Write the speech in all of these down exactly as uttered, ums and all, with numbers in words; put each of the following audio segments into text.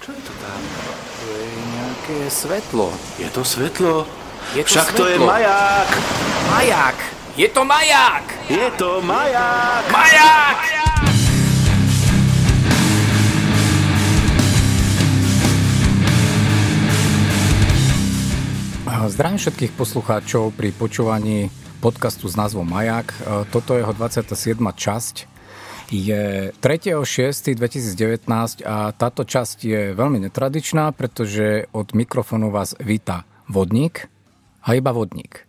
Čo je to tam? To je nejaké svetlo. Je to svetlo? Je to Však svetlo. to je maják! Maják! Je to maják! Je to maják! Maják! Zdravím všetkých poslucháčov pri počúvaní podcastu s názvom Maják. Toto je jeho dvadsiata siedma časť. Je tretieho šiesteho dvetisícdevätnásť a táto časť je veľmi netradičná, pretože od mikrofónu vás víta vodník a iba vodník.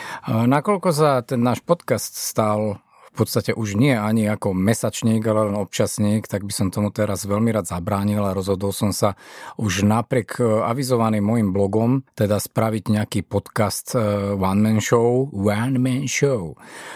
Nakoľko sa ten náš podcast stal v podstate už nie ani ako mesačník, ale len občasník, tak by som tomu teraz veľmi rád zabránil a rozhodol som sa už napriek avizovaným môjim blogom teda spraviť nejaký podcast One Man Show. One Man Show.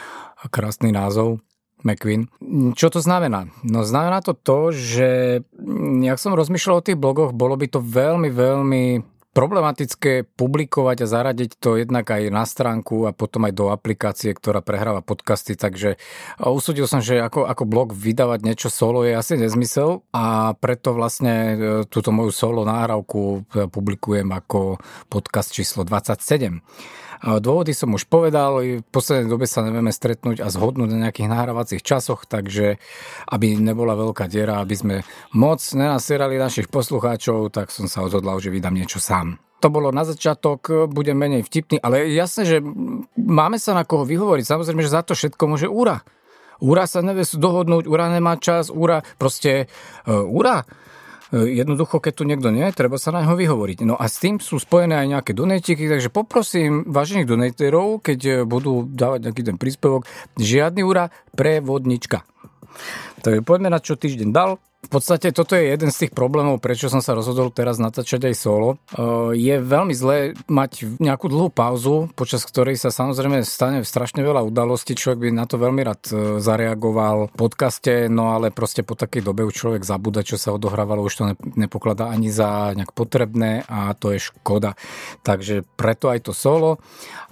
Krásny názov. McQueen. Čo to znamená? No znamená to to, že jak som rozmýšľal o tých blogoch, bolo by to veľmi, veľmi problematické publikovať a zaradiť to jednak aj na stránku a potom aj do aplikácie, ktorá prehráva podcasty, takže usúdil som, že ako, ako blog vydávať niečo solo je asi nezmysel a preto vlastne túto moju solo nahrávku publikujem ako podcast číslo dvadsaťsedem. Dôvody som už povedal, v poslednej dobe sa nevieme stretnúť a zhodnúť na nejakých nahrávacích časoch, takže aby nebola veľká diera, aby sme moc nenasierali našich poslucháčov, tak som sa rozhodol, že vydám niečo sám. To bolo na začiatok, budem menej vtipný, ale jasné, že máme sa na koho vyhovoriť. Samozrejme, že za to všetko môže Úra. Úra sa nevie dohodnúť, Úra nemá čas, Úra proste uh, Úra. Jednoducho, keď tu niekto nie, treba sa na neho vyhovoriť. No a s tým sú spojené aj nejaké donatiky, takže poprosím vážených donatorov, keď budú dávať nejaký ten príspevok, žiadny Úra pre vodnička. Takže poďme na čo týždeň dal. V podstate toto je jeden z tých problémov, prečo som sa rozhodol teraz natáčať aj solo. Je veľmi zlé mať nejakú dlhú pauzu, počas ktorej sa samozrejme stane strašne veľa udalostí. Človek by na to veľmi rád zareagoval v podcaste, no ale proste po takej dobe už človek zabúda, čo sa odohrávalo, už to nepokladá ani za nejak potrebné a to je škoda. Takže preto aj to solo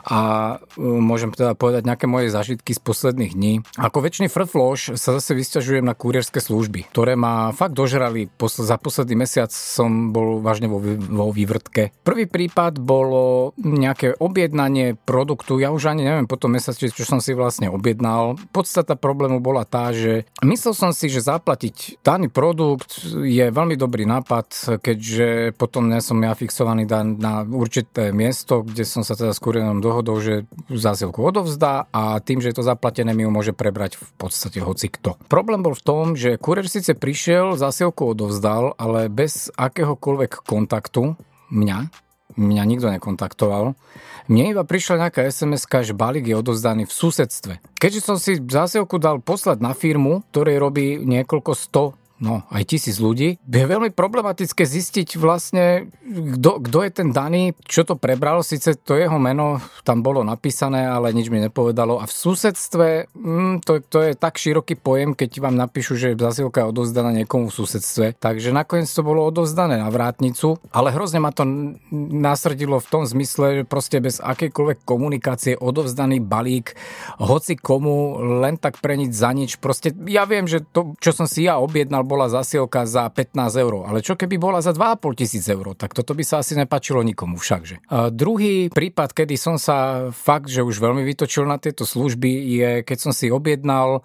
a môžem teda povedať nejaké moje zážitky z posledných dní. Ako väčší frfloš sa zase vysťažujem na kurierské služby, ktoré má fakt dožrali. Za posledný mesiac som bol vážne vo, vo vývrtke. Prvý prípad bolo nejaké objednanie produktu. Ja už ani neviem po tom mesiaci, čo som si vlastne objednal. Podstata problému bola tá, že myslel som si, že zaplatiť daný produkt je veľmi dobrý nápad, keďže potom nie som ja fixovaný na určité miesto, kde som sa teda s kurierom dohodol, že zásielku odovzdá a tým, že je to zaplatené, mi ju môže prebrať v podstate hocikto. Problém bol v tom, že kurier síce prišiel, zásielku odovzdal, ale bez akéhokoľvek kontaktu mňa, mňa nikto nekontaktoval. Mne iba prišla nejaká es em eska, že balík je odovzdaný v susedstve. Keďže som si zásielku dal poslať na firmu, ktorej robí niekoľko sto, no aj tisíc ľudí, je veľmi problematické zistiť vlastne, kto, kto je ten daný, čo to prebral, síce to jeho meno tam bolo napísané, ale nič mi nepovedalo a v susedstve, mm, to, to je tak široký pojem, keď vám napíšu, že zásielka je odovzdaná niekomu v susedstve, takže nakoniec to bolo odovzdané na vrátnicu, ale hrozne ma to nasrdilo v tom zmysle, že proste bez akejkoľvek komunikácie odovzdaný balík, hoci komu, len tak pre nič za nič, proste ja viem, že to, čo som si ja objednal, bola zasielka za pätnásť eur, ale čo keby bola za dva a pol tisíc eur, tak toto by sa asi nepáčilo nikomu všakže. A druhý prípad, kedy som sa fakt, že už veľmi vytočil na tieto služby, je keď som si objednal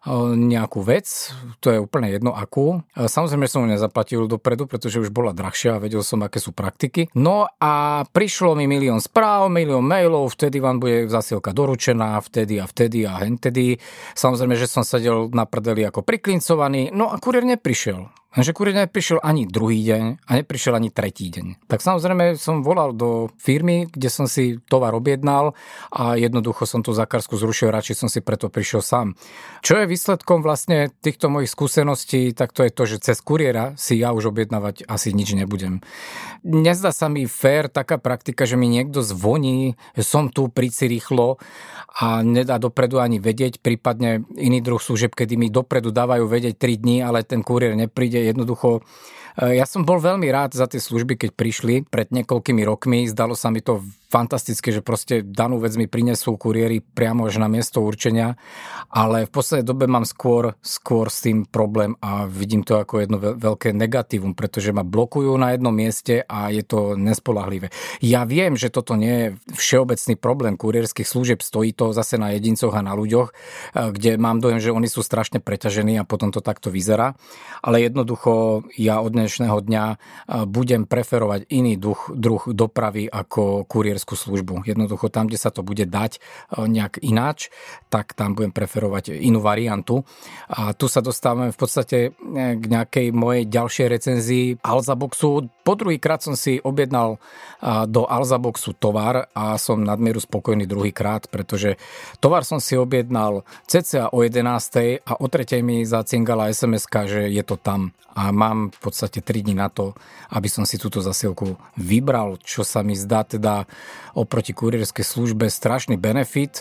nejakú vec, to je úplne jedno akú. Samozrejme som ju nezaplatil dopredu, pretože už bola drahšia a vedel som, aké sú praktiky. No a prišlo mi milión správ, milión mailov, vtedy vám bude zasielka doručená, vtedy a vtedy a hentedy. Samozrejme, že som sedel na prdeli ako priklincovaný, no a kurier neprišiel. Lenže kurier neprišiel ani druhý deň a neprišiel ani tretí deň. Tak samozrejme som volal do firmy, kde som si tovar objednal a jednoducho som tú zákazku zrušil, radšej som si preto prišiel sám. Čo je výsledkom vlastne týchto mojich skúseností, tak to je to, že cez kuriéra si ja už objednávať asi nič nebudem. Nezdá sa mi fér taká praktika, že mi niekto zvoní, že som tu, príď si rýchlo a nedá dopredu ani vedieť, prípadne iný druh služieb, kedy mi dopredu dávajú vedieť tri dni, ale ten kuriér nepríde. Jednoducho, ja som bol veľmi rád za tie služby, keď prišli pred niekoľkými rokmi. Zdalo sa mi to fantastické, že proste danú vec mi prinesú kuriéri priamo až na miesto určenia, ale v poslednej dobe mám skôr, skôr s tým problém a vidím to ako jedno veľké negatívum, pretože ma blokujú na jednom mieste a je to nespoľahlivé. Ja viem, že toto nie je všeobecný problém kurierských služieb, stojí to zase na jedincoch a na ľuďoch, kde mám dojem, že oni sú strašne preťažení a potom to takto vyzerá, ale jednoducho ja od dnešného dňa budem preferovať iný duch, druh dopravy ako kurierskú službu. Jednoducho tam, kde sa to bude dať nejak ináč, tak tam budem preferovať inú variantu. A tu sa dostávame v podstate k nejakej mojej ďalšej recenzii Alzaboxu. Po druhýkrát som si objednal do Alzaboxu tovar a som nadmieru spokojný druhýkrát, pretože tovar som si objednal cca o jedenástej a o tretej mi zacingala es em eska, že je to tam. A mám v podstate tri dni na to, aby som si túto zasielku vybral, čo sa mi zdá teda oproti kurierskej službe strašný benefit.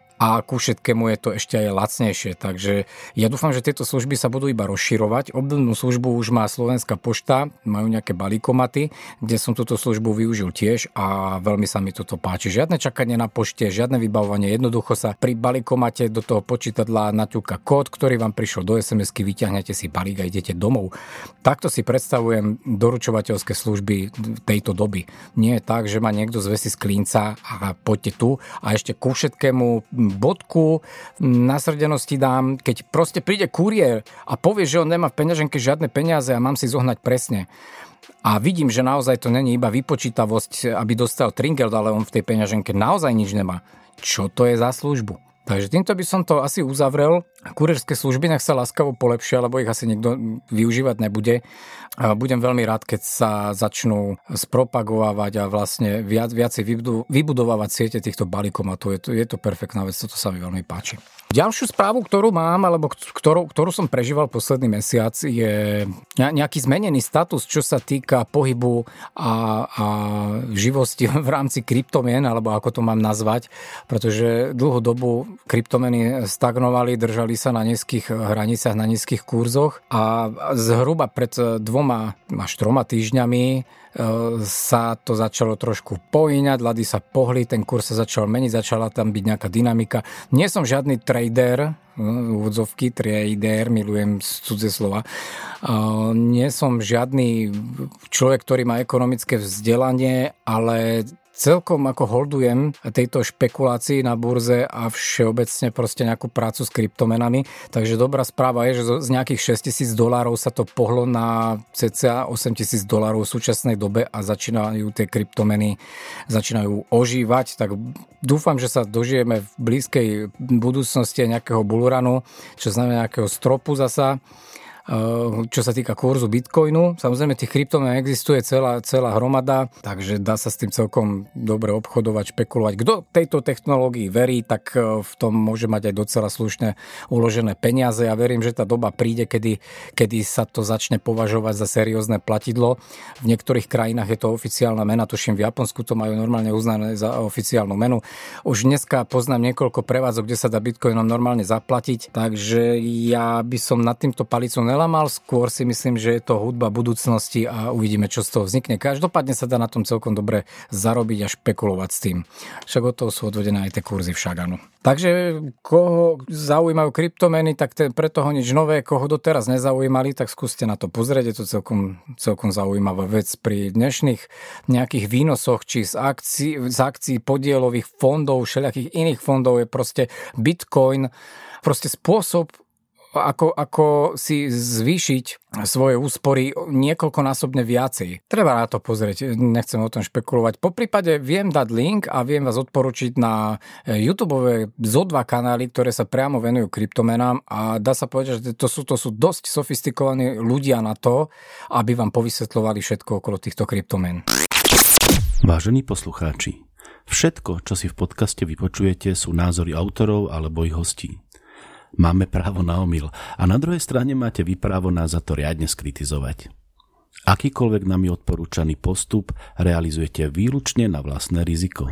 A ku všetkému je to ešte aj lacnejšie. Takže ja dúfam, že tieto služby sa budú iba rozširovať. Obdobnú službu už má Slovenská pošta, majú nejaké balíkomaty, kde som túto službu využil tiež a veľmi sa mi toto páči. Žiadne čakanie na pošte, žiadne vybavovanie. Jednoducho sa pri balíkomate do toho počítadla naťuka kód, ktorý vám prišiel do es em esky, vyťahnete si balík a idete domov. Takto si predstavujem doručovateľské služby tejto doby. Nie je tak, že ma niekto zvesí z klínca a poďte tu a ešte ku všetkému bodku na srdenosti dám, keď proste príde kuriér a povie, že on nemá v peňaženke žiadne peniaze a mám si zohnať presne. A vidím, že naozaj to není iba vypočítavosť, aby dostal tringel, ale on v tej peňaženke naozaj nič nemá. Čo to je za službu? Takže týmto by som to asi uzavrel. Kurierské služby nech sa láskavo polepšia, lebo ich asi nikto využívať nebude. Budem veľmi rád, keď sa začnú spropagovávať a vlastne viac, viacej vybudovávať siete týchto balíkomatov. Je to, je to perfektná vec, toto sa mi veľmi páči. Ďalšiu správu, ktorú mám, alebo ktorú, ktorú som prežíval posledný mesiac, je nejaký zmenený status, čo sa týka pohybu a, a živosti v rámci kryptomien, alebo ako to mám nazvať, pretože dlhú dobu kryptomeny stagnovali, držali sa na nízkych hraniciach, na nízkych kurzoch a zhruba pred dvoma až troma týždňami sa to začalo trošku poíňať, ľady sa pohli, ten kurz sa začal meniť, začala tam byť nejaká dynamika. Nie som žiadny trader, úvodzovky, trader, milujem cudzie slova. Nie som žiadny človek, ktorý má ekonomické vzdelanie, ale celkom ako holdujem tejto špekulácii na burze a všeobecne proste nejakú prácu s kryptomenami. Takže dobrá správa je, že z nejakých šesťtisíc dolárov sa to pohlo na cca osemtisíc dolárov v súčasnej dobe a začínajú tie kryptomeny začínajú ožívať. Tak dúfam, že sa dožijeme v blízkej budúcnosti nejakého bullrunu, čo znamená nejakého stropu zasa. Čo sa týka kurzu Bitcoinu. Samozrejme, tých kryptomien existuje celá, celá hromada, takže dá sa s tým celkom dobre obchodovať, špekulovať. Kto tejto technológii verí, tak v tom môže mať aj docela slušné uložené peniaze. Ja verím, že tá doba príde, kedy, kedy sa to začne považovať za seriózne platidlo. V niektorých krajinách je to oficiálna mena, tuším v Japonsku to majú normálne uznané za oficiálnu menu. Už dneska poznám niekoľko prevádzok, kde sa dá Bitcoinom normálne zaplatiť, takže ja by som nad týmto palicou nelamal, skôr si myslím, že je to hudba budúcnosti a uvidíme, čo z toho vznikne. Každopádne sa dá na tom celkom dobre zarobiť a špekulovať s tým. Však od toho sú odvedené aj tie kurzy v Šaganu. Takže koho zaujímajú kryptomeny, tak te, pre toho nič nové, koho doteraz nezaujímali, tak skúste na to pozrieť, je to celkom, celkom zaujímavá vec. Pri dnešných nejakých výnosoch, či z akcií, z akcií podielových fondov, všelijakých iných fondov je proste Bitcoin, proste spôsob, Ako, ako si zvýšiť svoje úspory niekoľkonásobne viacej. Treba na to pozrieť, nechcem o tom špekulovať. Po prípade viem dať link a viem vás odporučiť na YouTubeové zet dva kanály, ktoré sa priamo venujú kryptomenám a dá sa povedať, že to sú, to sú dosť sofistikovaní ľudia na to, aby vám povysvetľovali všetko okolo týchto kryptomén. Vážení poslucháči, všetko, čo si v podcaste vypočujete, sú názory autorov alebo ich hostí. Máme právo na omyl a na druhej strane máte vy právo nás za to riadne skritizovať. Akýkoľvek nami odporúčaný postup realizujete výlučne na vlastné riziko.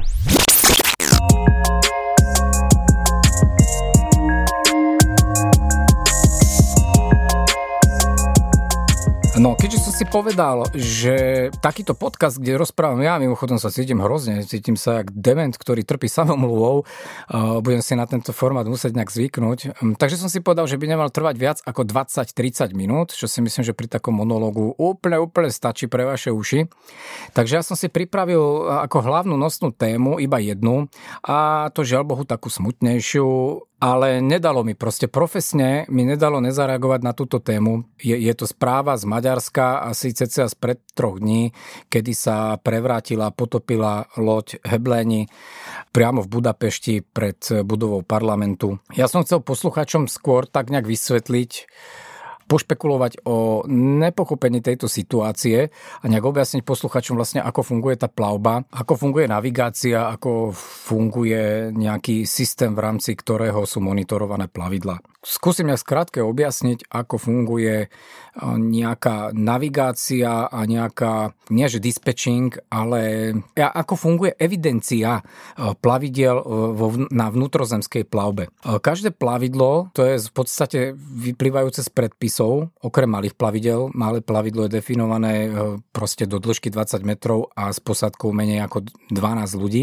No, keďže som si povedal, že takýto podcast, kde rozprávam ja, mimochodom sa cítim hrozne, cítim sa jak dement, ktorý trpí samomluvou, uh, budem si na tento formát musieť nejak zvyknúť. Um, takže som si povedal, že by nemal trvať viac ako dvadsať tridsať minút, čo si myslím, že pri takom monológu úplne, úplne stačí pre vaše uši. Takže ja som si pripravil ako hlavnú nosnú tému iba jednu, a to žiaľ Bohu takú smutnejšiu, ale nedalo mi, proste profesne mi nedalo nezareagovať na túto tému. Je, je to správa z Maďarska a síce cca spred troch dní, kedy sa prevrátila, potopila loď Hebléni priamo v Budapešti pred budovou parlamentu. Ja som chcel poslucháčom skôr tak nejak vysvetliť, pošpekulovať o nepochopení tejto situácie a nejak objasniť posluchačom vlastne, ako funguje tá plavba, ako funguje navigácia, ako funguje nejaký systém, v rámci ktorého sú monitorované plavidlá. Skúsim nejak skrátke objasniť, ako funguje nejaká navigácia a nejaká, nie že dispatching, ale ako funguje evidencia plavidiel na vnútrozemskej plavbe. Každé plavidlo, to je v podstate vyplývajúce z predpisov, okrem malých plavidel. Malé plavidlo je definované proste do dĺžky dvadsať metrov a s posádkou menej ako dvanásť ľudí.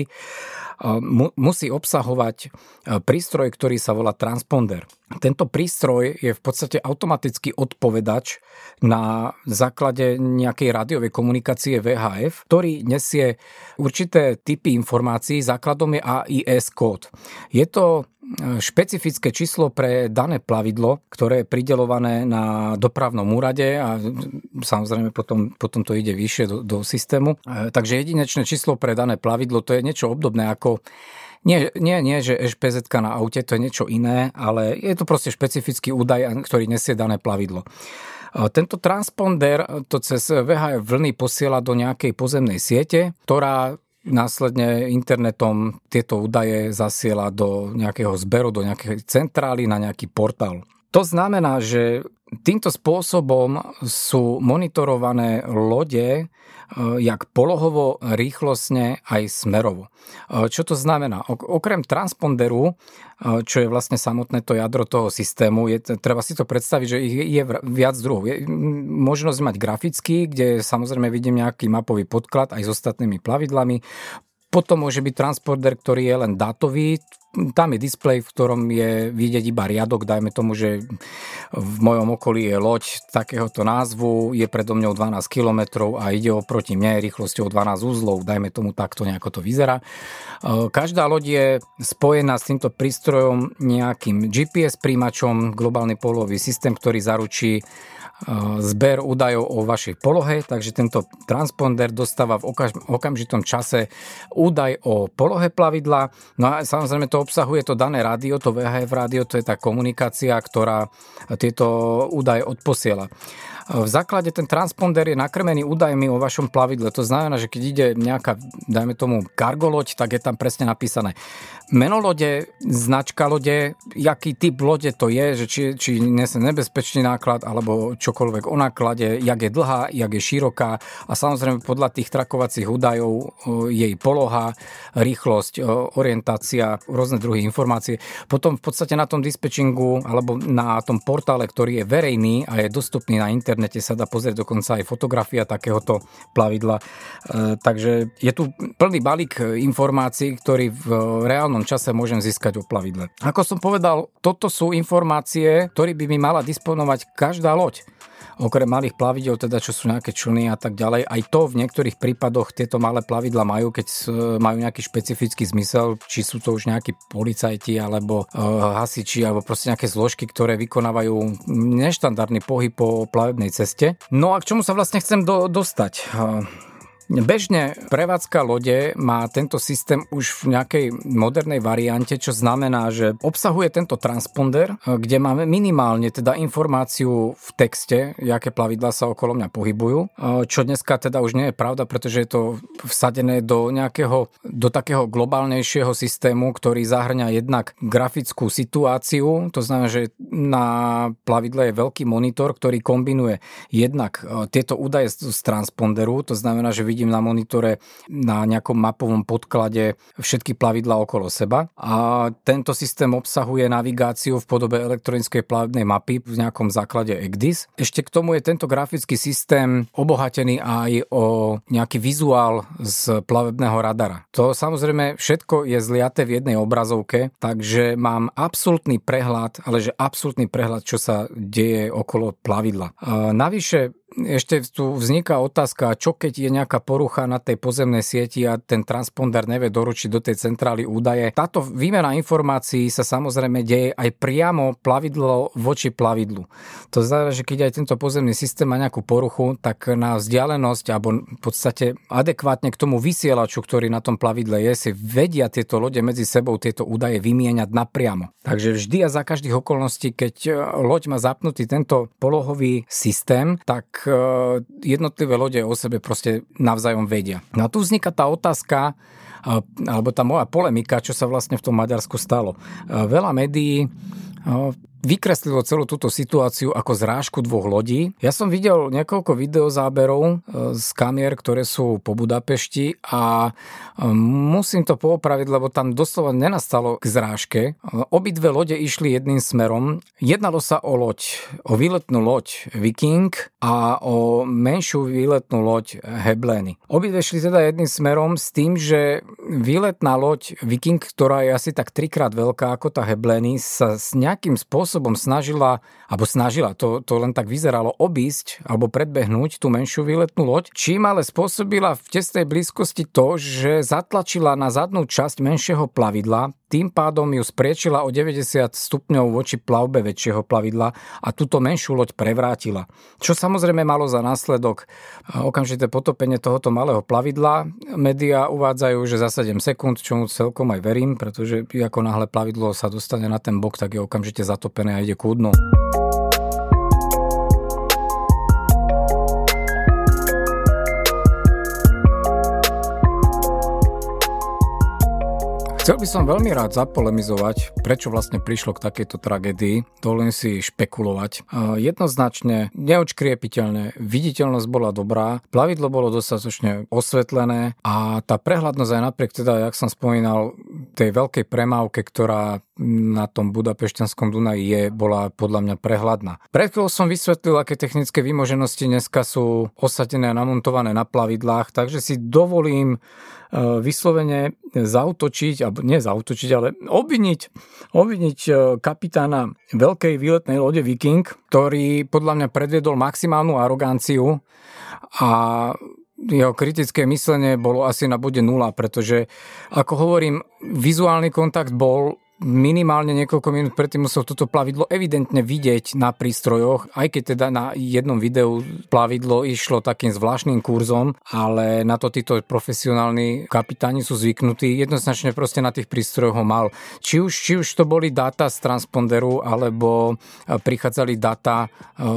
Musí obsahovať prístroj, ktorý sa volá transponder. Tento prístroj je v podstate automatický odpovedač na základe nejakej rádiovej komunikácie vé há ef, ktorý nesie určité typy informácií. Základom je á í es kód. Je to špecifické číslo pre dané plavidlo, ktoré je prideľované na dopravnom úrade a samozrejme potom, potom to ide vyššie do, do systému. Takže jedinečné číslo pre dané plavidlo, to je niečo obdobné ako Nie, nie, nie, že é pé zet-ka na aute, to je niečo iné, ale je to proste špecifický údaj, ktorý nesie dané plavidlo. Tento transponder to cez vé há ef vlny posiela do nejakej pozemnej siete, ktorá následne internetom tieto údaje zasiela do nejakého zberu, do nejakej centrály, na nejaký portál. To znamená, že týmto spôsobom sú monitorované lode jak polohovo, rýchlostne aj smerovo. Čo to znamená? Okrem transponderu, čo je vlastne samotné to jadro toho systému, je, treba si to predstaviť, že je, je viac druhov. Je možnosť mať grafický, kde samozrejme vidím nejaký mapový podklad aj s ostatnými plavidlami. Potom môže byť transponder, ktorý je len dátový. Tam je displej, v ktorom je vidieť iba riadok. Dajme tomu, že v mojom okolí je loď takéhoto názvu, je predo mňou dvanásť kilometrov a ide oproti mne rýchlosťou dvanásť uzlov. Dajme tomu takto, nejako to vyzerá. Každá loď je spojená s týmto prístrojom nejakým gé pé es príjimačom, globálny polový systém, ktorý zaručí zber údajov o vašej polohe, takže tento transponder dostáva v okamžitom čase údaj o polohe plavidla. No a samozrejme to obsahuje to dané rádio, to vé há ef rádio, to je tá komunikácia, ktorá tieto údaje odposiela. V základe ten transponder je nakrmený údajmi o vašom plavidle. To znamená, že keď ide nejaká, dajme tomu, kargoloď, tak je tam presne napísané meno lode, značka lode, jaký typ lode to je, že či, či nesie nebezpečný náklad alebo čokoľvek o náklade, jak je dlhá, jak je široká a samozrejme podľa tých trakovacích údajov jej poloha, rýchlosť, orientácia, rôzne druhy informácie. Potom v podstate na tom dispatchingu alebo na tom portále, ktorý je verejný a je dostupný na internete, sa dá pozrieť dokonca aj fotografia takéhoto plavidla. Takže je tu plný balík informácií, ktorý v reálnom čase môžem získať o plavidle. Ako som povedal, toto sú informácie, ktoré by mi mala disponovať každá loď. Okrem malých plavidel, teda čo sú nejaké člny a tak ďalej. Aj to v niektorých prípadoch tieto malé plavidla majú, keď majú nejaký špecifický zmysel, či sú to už nejakí policajti alebo uh, hasiči, alebo proste nejaké zložky, ktoré vykonávajú neštandardný pohyb po plavebnej ceste. No a k čomu sa vlastne chcem do, dostať? Uh, Bežne prevádzka lode má tento systém už v nejakej modernej variante, čo znamená, že obsahuje tento transponder, kde máme minimálne teda informáciu v texte, aké plavidlá sa okolo mňa pohybujú, čo dneska teda už nie je pravda, pretože je to vsadené do nejakého, do takého globálnejšieho systému, ktorý zahŕňa jednak grafickú situáciu, to znamená, že na plavidle je veľký monitor, ktorý kombinuje jednak tieto údaje z transponderu, to znamená, že vidím na monitore na nejakom mapovom podklade všetky plavidlá okolo seba. A tento systém obsahuje navigáciu v podobe elektronickej plavebnej mapy v nejakom základe E C D I S. Ešte k tomu je tento grafický systém obohatený aj o nejaký vizuál z plavebného radara. To samozrejme všetko je zliaté v jednej obrazovke, takže mám absolútny prehľad, ale že absolútny prehľad, čo sa deje okolo plavidla. Navyše ešte tu vzniká otázka, čo keď je nejaká porucha na tej pozemnej sieti a ten transponder nevie doručiť do tej centrály údaje. Táto výmena informácií sa samozrejme deje aj priamo plavidlo voči plavidlu. To znamená, že keď aj tento pozemný systém má nejakú poruchu, tak na vzdialenosť alebo v podstate adekvátne k tomu vysielaču, ktorý na tom plavidle je, si vedia tieto lode medzi sebou tieto údaje vymieňať napriamo. Takže vždy a za každých okolností, keď loď má zapnutý tento polohový systém, tak jednotlivé lode o sebe proste navzájom vedia. No a tu vzniká tá otázka, alebo tá moja polemika, čo sa vlastne v tom Maďarsku stalo. Veľa médií vykreslilo celú túto situáciu ako zrážku dvoch lodí. Ja som videl niekoľko videozáberov z kamier, ktoré sú po Budapešti a musím to poopraviť, lebo tam doslova nenastalo k zrážke. Obidve lode išli jedným smerom. Jednalo sa o loď, o výletnú loď Viking a o menšiu výletnú loď Heblény. Obidve šli teda jedným smerom s tým, že výletná loď Viking, ktorá je asi tak trikrát veľká ako tá Heblény, sa s nejakým spôsobom snažila, alebo snažila, to, to len tak vyzeralo, obísť alebo predbehnúť tú menšiu výletnú loď, čím ale spôsobila v tesnej blízkosti to, že zatlačila na zadnú časť menšieho plavidla, tým pádom ju spriečila o deväťdesiat stupňov voči plavbe väčšieho plavidla a túto menšiu loď prevrátila. Čo samozrejme malo za následok okamžité potopenie tohoto malého plavidla. Média uvádzajú, že za sedem sekúnd, čomu celkom aj verím, pretože ako náhle plavidlo sa dostane na ten bok, tak je okamžite zatopené a ide ku dnu. Chcel by som veľmi rád zapolemizovať, prečo vlastne prišlo k takejto tragédii. Dovolím si špekulovať. Jednoznačne, neočkriepiteľne, viditeľnosť bola dobrá, plavidlo bolo dostatočne osvetlené a tá prehľadnosť aj napriek teda, jak som spomínal, tej veľkej premávke, ktorá na tom budapešťanskom Dunaji je, bola podľa mňa prehľadná. Pred chvíľou som vysvetlil, aké technické vymoženosti dneska sú osadené a namontované na plavidlách, takže si dovolím vyslovene zautočiť, alebo nie zautočiť, ale obviniť, obviniť kapitána veľkej výletnej lode Viking, ktorý podľa mňa predviedol maximálnu aroganciu a jeho kritické myslenie bolo asi na bode nula, pretože, ako hovorím, vizuálny kontakt bol minimálne niekoľko minút predtým musel toto plavidlo evidentne vidieť na prístrojoch, aj keď teda na jednom videu plavidlo išlo takým zvláštnym kurzom, ale na to títo profesionálni kapitáni sú zvyknutí, jednoznačne proste na tých prístrojoch ho mal. Či už, či už to boli dáta z transponderu, alebo prichádzali dáta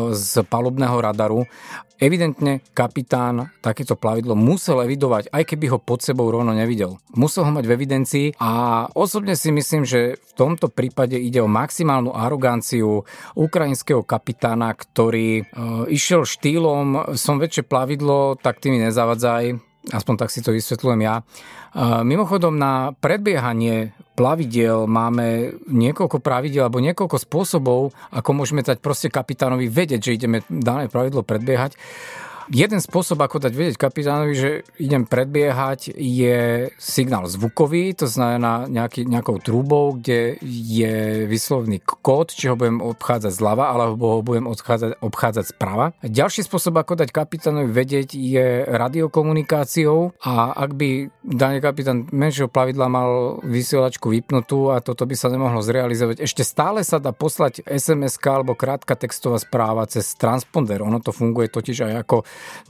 z palubného radaru. Evidentne kapitán takéto plavidlo musel evidovať, aj keby ho pod sebou rovno nevidel. Musel ho mať v evidencii a osobne si myslím, že v tomto prípade ide o maximálnu aroganciu ukrajinského kapitána, ktorý e, išiel štýlom som väčšie plavidlo, tak ty mi nezavadzaj. Aspoň tak si to vysvetľujem ja. Mimochodom, na predbiehanie plavidiel máme niekoľko pravidiel alebo niekoľko spôsobov, ako môžeme dať proste kapitánovi vedieť, že ideme dané pravidlo predbiehať. Jeden spôsob, ako dať vedieť kapitánovi, že idem predbiehať, je signál zvukový, to znamená nejaký, nejakou trúbou, kde je vyslovný kód, či ho budem obchádzať zľava, alebo ho budem obchádzať, obchádzať zprava. Ďalší spôsob, ako dať kapitánovi vedieť, je radiokomunikáciou a ak by daný kapitán menšieho plavidla mal vysielačku vypnutú a toto by sa nemohlo zrealizovať, ešte stále sa dá poslať es em eska alebo krátka textová správa cez transponder. Ono to funguje totiž aj ako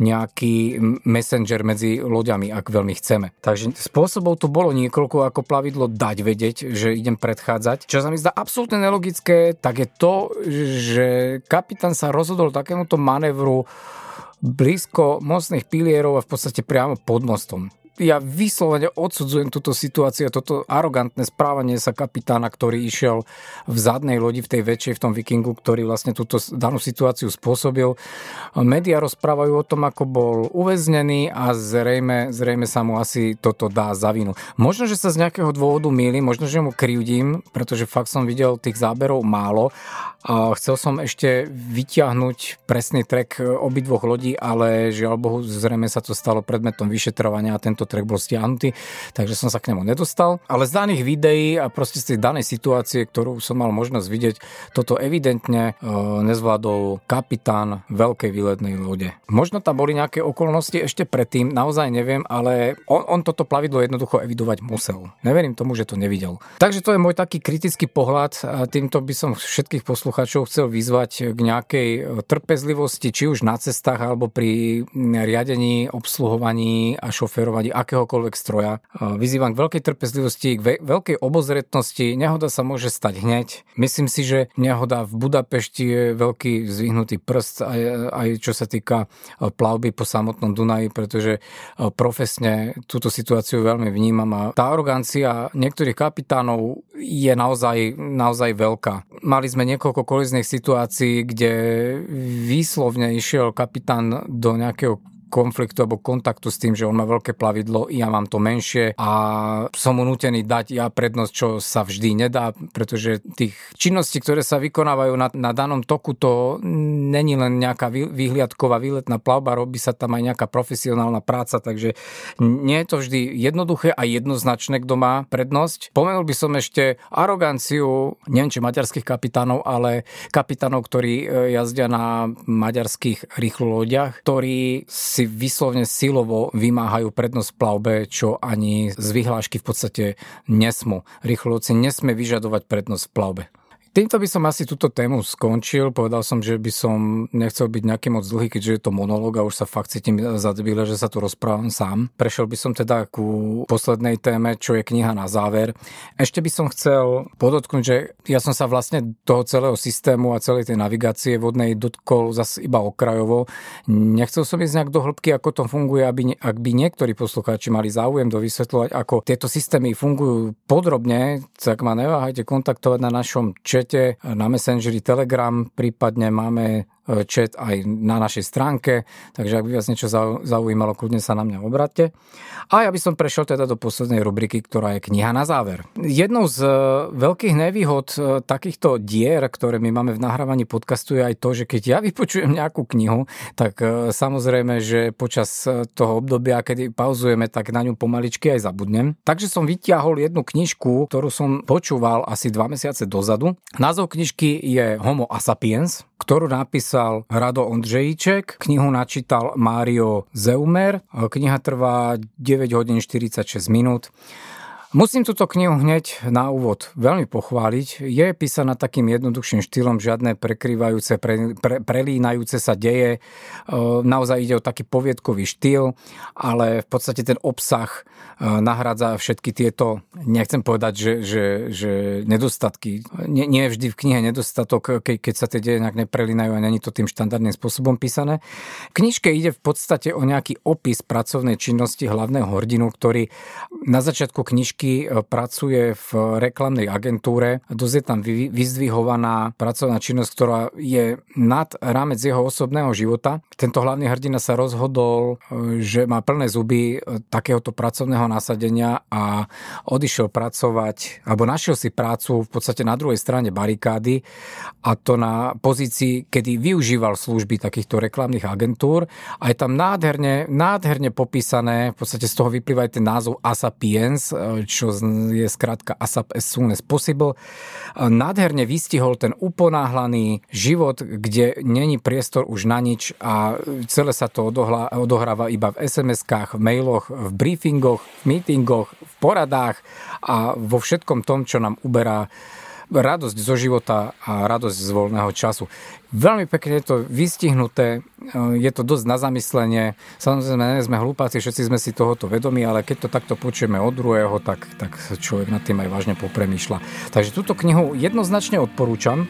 nejaký messenger medzi loďami, ak veľmi chceme. Takže spôsobov tu bolo niekoľko, ako plavidlo dať vedieť, že idem predchádzať. Čo sa mi zdá absolútne nelogické, tak je to, že kapitán sa rozhodol takémuto manévru blízko mostných pilierov a v podstate priamo pod mostom. ja vyslovene odsudzujem túto situáciu, toto arogantné správanie sa kapitána, ktorý išiel v zadnej lodi, v tej väčšej, v tom Vikingu, ktorý vlastne túto danú situáciu spôsobil. Média rozprávajú o tom, ako bol uväznený a zrejme, zrejme sa mu asi toto dá za vinu. Možno, že sa z nejakého dôvodu mýlim, možno, že mu krivdím, pretože fakt som videl tých záberov málo a chcel som ešte vyťahnuť presný track obidvoch lodí, ale žiaľ Bohu, zrejme sa to stalo predmetom vyšetrovania a tento track bol stiahnutý, takže som sa k nemu nedostal. Ale z daných videí a proste z tej danej situácie, ktorú som mal možnosť vidieť, toto evidentne e, nezvládol kapitán veľkej výletnej lode. Možno tam boli nejaké okolnosti ešte predtým, naozaj neviem, ale on, on toto plavidlo jednoducho evidovať musel. Neverím tomu, že to nevidel. Takže to je môj taký kritický pohľad a týmto by som všetkých poslucháčov chcel vyzvať k nejakej trpezlivosti, či už na cestách alebo pri riadení, obsluhovaní a šoférovaní akéhokoľvek stroja. Vyzývam k veľkej trpezlivosti, k ve- veľkej obozretnosti. Nehoda sa môže stať hneď. Myslím si, že nehoda v Budapešti je veľký zvyhnutý prst aj, aj čo sa týka plavby po samotnom Dunaji, pretože profesne túto situáciu veľmi vnímam a tá arogancia niektorých kapitánov je naozaj, naozaj veľká. Mali sme niekoľko kolizných situácií, kde výslovne išiel kapitán do nejakého konfliktu alebo kontaktu s tým, že on má veľké plavidlo, ja mám to menšie a som mu nútený dať ja prednosť, čo sa vždy nedá, pretože tých činností, ktoré sa vykonávajú na, na danom toku, to není len nejaká výhliadková výletná plavba, robí sa tam aj nejaká profesionálna práca, takže nie je to vždy jednoduché a jednoznačné, kto má prednosť. Pomenul by som ešte aroganciu, neviem či maďarských kapitánov, ale kapitánov, ktorí jazdia na maďarských rýchlolodiach, ktorí si vyslovne silovo vymáhajú prednosť v plavbe, čo ani z vyhlášky v podstate nesmú. Rýchlolovci nesmie vyžadovať prednosť v plavbe. Týmto by som asi túto tému skončil. Povedal som, že by som nechcel byť nejaký moc dlhý, keďže je to monológ a už sa fakt cítim zadebile, že sa tu rozprávam sám. Prešiel by som teda ku poslednej téme, čo je kniha na záver. Ešte by som chcel podotknúť, že ja som sa vlastne toho celého systému a celej tej navigácie vodnej dotkol zase iba okrajovo. Nechcel som ísť nejak do hĺbky, ako to funguje, aby, ak by niektorí poslucháči mali záujem dovysvetľovať, ako tieto systémy fungujú podrobne, tak ma neváhajte kontaktovať na našom čete, na Messengeri Telegram, prípadne máme chat aj na našej stránke, takže ak by vás niečo zaujímalo, kľudne sa na mňa obráťte. A ja by som prešiel teda do poslednej rubriky, ktorá je kniha na záver. Jednou z veľkých nevýhod takýchto dier, ktoré my máme v nahrávaní podcastu, je aj to, že keď ja vypočujem nejakú knihu, tak samozrejme, že počas toho obdobia, kedy pauzujeme, tak na ňu pomaličky aj zabudnem. Takže som vytiahol jednu knižku, ktorú som počúval asi dva mesiace dozadu. Názov knižky je Homo sapiens, ktorú napísal Rado Ondřejíček. Knihu načítal Mário Zeumer. Kniha trvá deväť hodín štyridsaťšesť minút. Musím túto knihu hneď na úvod veľmi pochváliť. Je písaná takým jednoduchším štýlom, žiadne prekrývajúce, pre, pre, prelínajúce sa deje. E, naozaj ide o taký poviedkový štýl, ale v podstate ten obsah e, nahrádza všetky tieto, nechcem povedať, že, že, že nedostatky. Nie, nie je vždy v knihe nedostatok, ke, keď sa tie deje nejak neprelínajú a není to tým štandardným spôsobom písané. V knižke ide v podstate o nejaký opis pracovnej činnosti hlavného hrdinu, ktorý na začiatku knižky pracuje v reklamnej agentúre. Dosť je tam vyzdvihovaná pracovná činnosť, ktorá je nad rámec jeho osobného života. Tento hlavný hrdina sa rozhodol, že má plné zuby takéhoto pracovného nasadenia a odišiel pracovať, alebo našiel si prácu v podstate na druhej strane barikády, a to na pozícii, kedy využíval služby takýchto reklamných agentúr a je tam nádherne, nádherne popísané, v podstate z toho vyplýva aj ten názov sapiens, čo je skrátka ASAP as soon as possible. Nádherne vystihol ten uponáhlaný život, kde není priestor už na nič a celé sa to odohla, odohráva iba v es em eskách, v mailoch, v briefingoch, v meetingoch, v poradách a vo všetkom tom, čo nám uberá radosť zo života a radosť z voľného času. Veľmi pekne je to vystihnuté, je to dosť na zamyslenie. Samozrejme, nie sme hlupáci, všetci sme si tohoto vedomí, ale keď to takto počujeme od druhého, tak, tak človek nad tým aj vážne popremýšľa. Takže túto knihu jednoznačne odporúčam.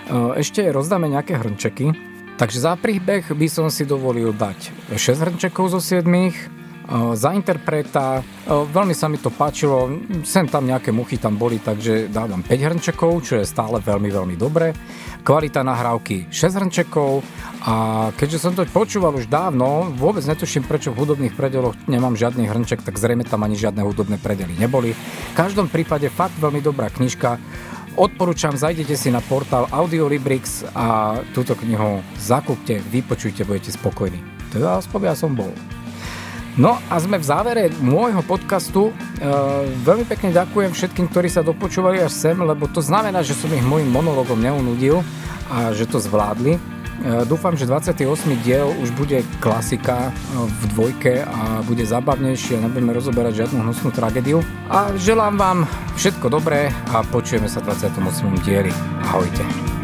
Ešte rozdáme nejaké hrnčeky. Takže za príbeh by som si dovolil dať šesť hrnčekov zo siedmich. za interpreta. Veľmi sa mi to páčilo, sem tam nejaké muchy tam boli, takže dávam päť hrnčekov, čo je stále veľmi, veľmi dobré. Kvalita nahrávky šesť hrnčekov a keďže som to počúval už dávno, vôbec netuším, prečo v hudobných predeloch nemám žiadny hrnček, tak zrejme tam ani žiadne hudobné predely neboli. V každom prípade fakt veľmi dobrá knižka. Odporúčam, zajdete si na portál Audiolibrix a túto knihu zakúpte, vypočujte, budete spokojní. Teda aspoň ja som bol. No a sme v závere môjho podcastu. E, veľmi pekne ďakujem všetkým, ktorí sa dopočúvali až sem, lebo to znamená, že som ich môjim monologom neunudil a že to zvládli. E, dúfam, že dvadsiaty ôsmy diel už bude klasika v dvojke a bude zábavnejšie a nebudeme rozoberať žiadnu hnusnú tragédiu. A želám vám všetko dobré a počujeme sa v dvadsiatom ôsmom dieli. Ahojte.